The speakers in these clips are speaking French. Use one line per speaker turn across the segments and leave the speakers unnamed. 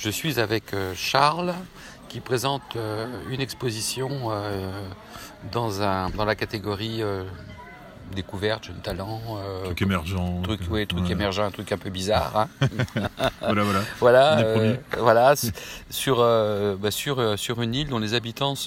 Je suis avec Charles qui présente une exposition dans la catégorie découverte, jeune talent.
Truc émergent.
Truc émergent, un truc un peu bizarre. Hein.
Voilà.
Sur une île dont les habitants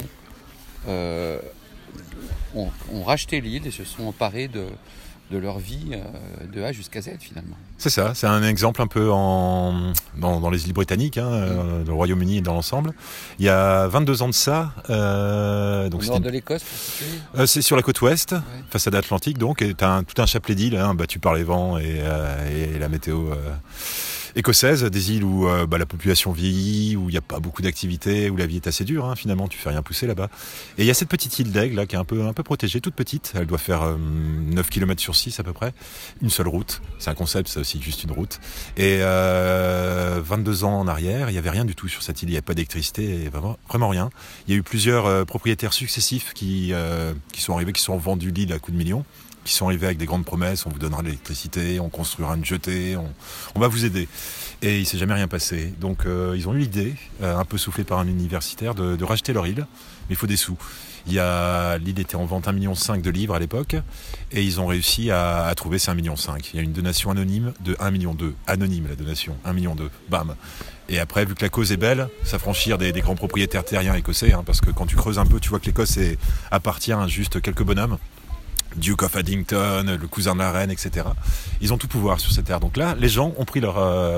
ont racheté l'île et se sont emparés de leur vie de A jusqu'à Z finalement.
C'est ça, c'est un exemple un peu dans les îles britanniques, dans le Royaume-Uni et dans l'ensemble. Il y a 22 ans de ça.
Donc au nord de l'Écosse,
c'est sur la côte ouest, façade atlantique donc, et tu as tout un chapelet d'îles battues par les vents et la météo écossaise, des îles où la population vieillit, où il n'y a pas beaucoup d'activités, où la vie est assez dure, finalement tu fais rien pousser là-bas. Et il y a cette petite île d'Aigle là, qui est un peu protégée, toute petite, elle doit faire 9 km sur 6 à peu près, une seule route, c'est un concept, c'est aussi juste une route. Et 22 ans en arrière, il n'y avait rien du tout sur cette île, il n'y avait pas d'électricité, vraiment rien. Il y a eu plusieurs propriétaires successifs qui sont arrivés, qui sont vendus l'île à coups de millions, qui sont arrivés avec des grandes promesses, on vous donnera de l'électricité, on construira une jetée, on va vous aider. Et il ne s'est jamais rien passé. Donc ils ont eu l'idée, un peu soufflée par un universitaire, de racheter leur île, mais il faut des sous. L'île était en vente 1,5 million de livres à l'époque, et ils ont réussi à trouver ces 1,5 million. Il y a une donation anonyme de 1,2 million. Anonyme la donation, 1,2 million. Bam. Et après, vu que la cause est belle, s'affranchir des grands propriétaires terriens écossais, parce que quand tu creuses un peu, tu vois que l'Écosse appartient à juste quelques bonhommes. Duke of Addington, le cousin de la reine, etc. Ils ont tout pouvoir sur cette terre. Donc là, les gens ont pris leur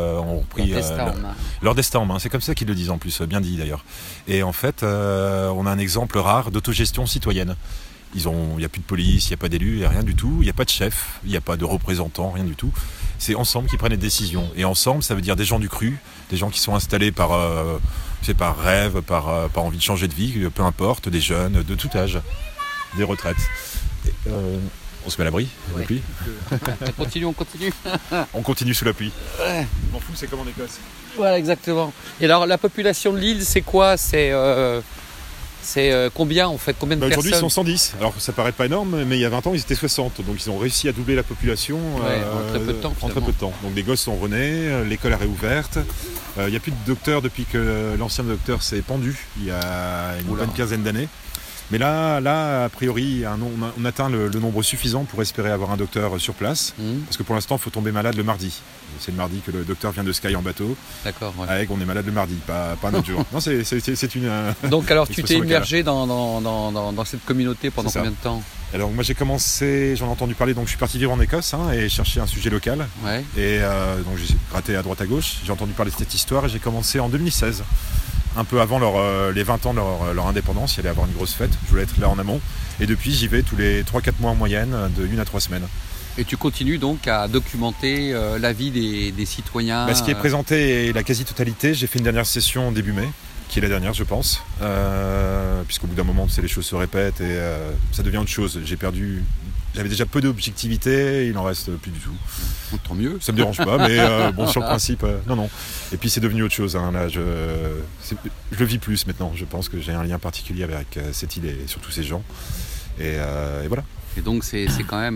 destin en main. C'est comme ça qu'ils le disent en plus, bien dit d'ailleurs. Et en fait, on a un exemple rare d'autogestion citoyenne. Il n'y a plus de police, il n'y a pas d'élus, il n'y a rien du tout. Il n'y a pas de chef, il n'y a pas de représentants, rien du tout. C'est ensemble qui prennent les décisions. Et ensemble, ça veut dire des gens du cru, des gens qui sont installés par rêve, par envie de changer de vie, peu importe, des jeunes de tout âge, des retraites. On se met à l'abri, la pluie.
On continue.
On continue sous la pluie.
Ouais.
Je m'en fous, c'est comme en Écosse.
Voilà, exactement. Et alors, la population de l'île, c'est quoi ? C'est combien en fait ? Combien de personnes ?
Aujourd'hui, ils sont 110. Alors, ça paraît pas énorme, mais il y a 20 ans, ils étaient 60. Donc, ils ont réussi à doubler la population
en très peu de temps.
Donc, les gosses sont renés, l'école a réouverte. Il n'y a plus de docteur depuis que l'ancien docteur s'est pendu il y a une bonne quinzaine d'années. Mais là, a priori, on atteint le nombre suffisant pour espérer avoir un docteur sur place. Parce que pour l'instant, il faut tomber malade le mardi. C'est le mardi que le docteur vient de Skye en bateau.
D'accord. Ouais.
Avec on est malade le mardi, pas un autre jour. Non, c'est une.
Donc alors, tu t'es immergé dans cette communauté pendant combien de temps ?
Alors moi j'ai commencé, j'en ai entendu parler, donc je suis parti vivre en Écosse et chercher un sujet local.
Ouais.
Et donc j'ai gratté à droite à gauche. J'ai entendu parler de cette histoire et j'ai commencé en 2016. Un peu avant les 20 ans de leur indépendance, il y allait avoir une grosse fête, je voulais être là en amont. Et depuis, j'y vais tous les 3-4 mois en moyenne, de 1 à 3 semaines.
Et tu continues donc à documenter la vie des citoyens
Ce qui est présenté est la quasi-totalité. J'ai fait une dernière session début mai, qui est la dernière, je pense. Puisqu'au bout d'un moment, les choses se répètent et ça devient autre chose. J'avais déjà peu d'objectivité, il n'en reste plus du tout.
Tant mieux.
Ça me dérange pas, mais sur le principe, non. Et puis c'est devenu autre chose. Là, je le vis plus maintenant. Je pense que j'ai un lien particulier avec cette île et surtout ces gens. Et voilà.
Et donc c'est quand même,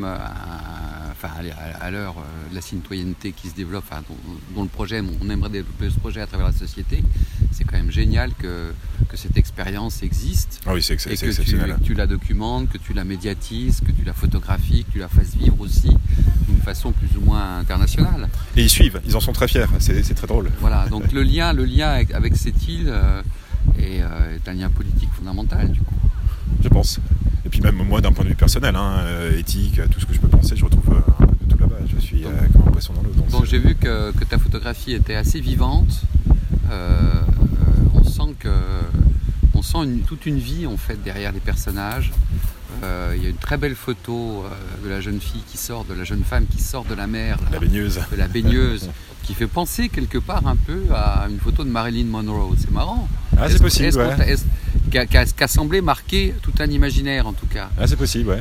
à l'heure de la citoyenneté qui se développe, dont le projet, on aimerait développer ce projet à travers la société, c'est quand même génial que cette expérience existe.
Ah oui, c'est
exceptionnel. Que tu la documentes, que tu la médiatises, que tu la photographies, que tu la fasses vivre aussi d'une façon plus ou moins internationale.
Et ils suivent, ils en sont très fiers, c'est très drôle.
Voilà, donc le lien avec cette île est un lien politique fondamental du coup.
Je pense. Et puis même moi d'un point de vue personnel, éthique, tout ce que je peux penser, je retrouve un peu de tout là-bas. Je suis comme un poisson dans l'eau.
Donc j'ai vu que ta photographie était assez vivante. On sent toute une vie en fait derrière les personnages. Il y a une très belle photo de la jeune femme qui sort de la mer. De la baigneuse. Qui fait penser quelque part un peu à une photo de Marilyn Monroe. C'est marrant.
C'est possible,
qui a semblé marquer tout un imaginaire en tout cas.
C'est possible, ouais.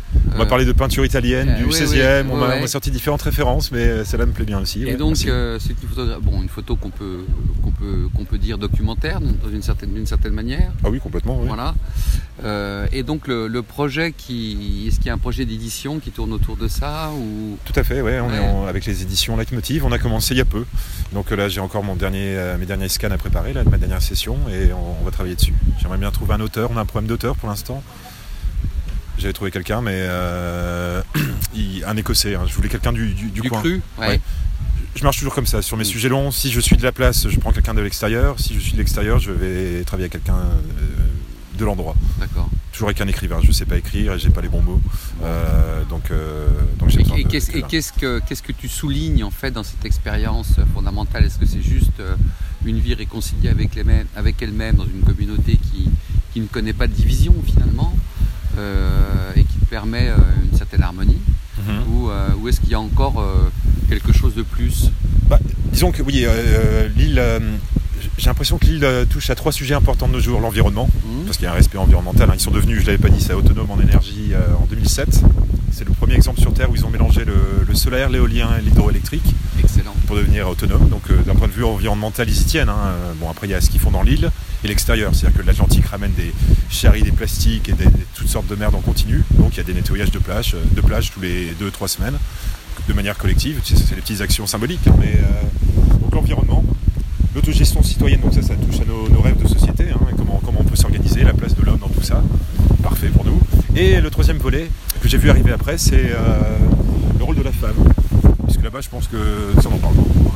On m'a parlé de peinture italienne du 16e, on m'a
ouais.
sorti différentes références, mais celle-là me plaît bien aussi.
Et donc, c'est une photo qu'on peut dire documentaire d'une certaine manière.
Ah oui, complètement. Oui.
Voilà. Et donc le projet, est-ce qu'il y a un projet d'édition qui tourne autour de ça ou...
Tout à fait, ouais. On est avec les éditions Leitmotiv. On a commencé il y a peu. Donc là, j'ai encore mes derniers scans à préparer, là, de ma dernière session, et on va travailler dessus. J'aimerais bien trouver un auteur. On a un problème d'auteur pour l'instant. J'avais trouvé quelqu'un, mais un Écossais. Hein. Je voulais quelqu'un du coin.
Cru,
ouais. Je marche toujours comme ça. Sur mes sujets longs, si je suis de la place, je prends quelqu'un de l'extérieur. Si je suis de l'extérieur, je vais travailler avec quelqu'un de l'endroit.
D'accord.
Toujours avec un écrivain. Je ne sais pas écrire et j'ai pas les bons mots. Donc j'ai besoin
et qu'est-ce que tu soulignes en fait dans cette expérience fondamentale? Est-ce que c'est juste une vie réconciliée avec elle-même dans une communauté qui ne connaît pas de division finalement? Et qui te permet une certaine harmonie, ou est-ce qu'il y a encore quelque chose de plus?
Disons que oui, l'île, j'ai l'impression que l'île touche à 3 sujets importants de nos jours. L'environnement, parce qu'il y a un respect environnemental. Hein. Ils sont devenus, je ne l'avais pas dit, c'est autonome en énergie en 2007. C'est le premier exemple sur Terre où ils ont mélangé le solaire, l'éolien et l'hydroélectrique.
Excellent.
Pour devenir autonome. Donc d'un point de vue environnemental, ils y tiennent. Hein. Bon, après, il y a ce qu'ils font dans l'île et l'extérieur. C'est-à-dire que l'Atlantique ramène des charries, des plastiques et toutes sortes de merde en continu. Donc il y a des nettoyages de plage tous les 2-3 semaines, de manière collective. C'est des petites actions symboliques. Hein, mais donc l'environnement, l'autogestion citoyenne, donc ça touche à nos rêves de société. Hein, et comment on peut s'organiser, la place de l'homme dans tout ça. Parfait pour nous. Et le troisième volet que j'ai vu arriver après, c'est le rôle de la femme. Puisque là-bas, je pense que ça, on en parle beaucoup.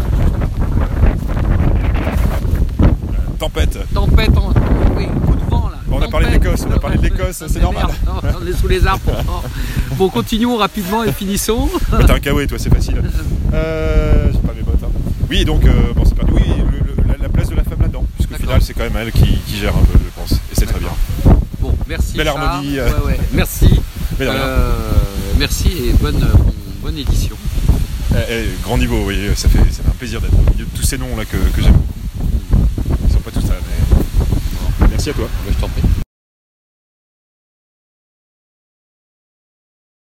Tempête,
oui, coup de vent là.
Bon, on a parlé de l'Écosse, c'est normal.
Non, on est sous les arbres pourtant. Bon, continuons rapidement et finissons.
T'as un kawaii, toi, c'est facile. J'ai pas mes bottes. Hein. Oui, donc, c'est perdu. Oui, la place de la femme là-dedans. Puisqu'au final, c'est quand même elle qui gère un peu, je pense. Et c'est très bien.
Bon, merci.
Belle harmonie.
Merci.
Merci
et bonne édition.
Grand niveau, oui, ça fait un plaisir d'être au milieu de tous ces noms là que j'aime beaucoup. Ils sont pas tous ça, mais merci à toi.
Je t'en prie.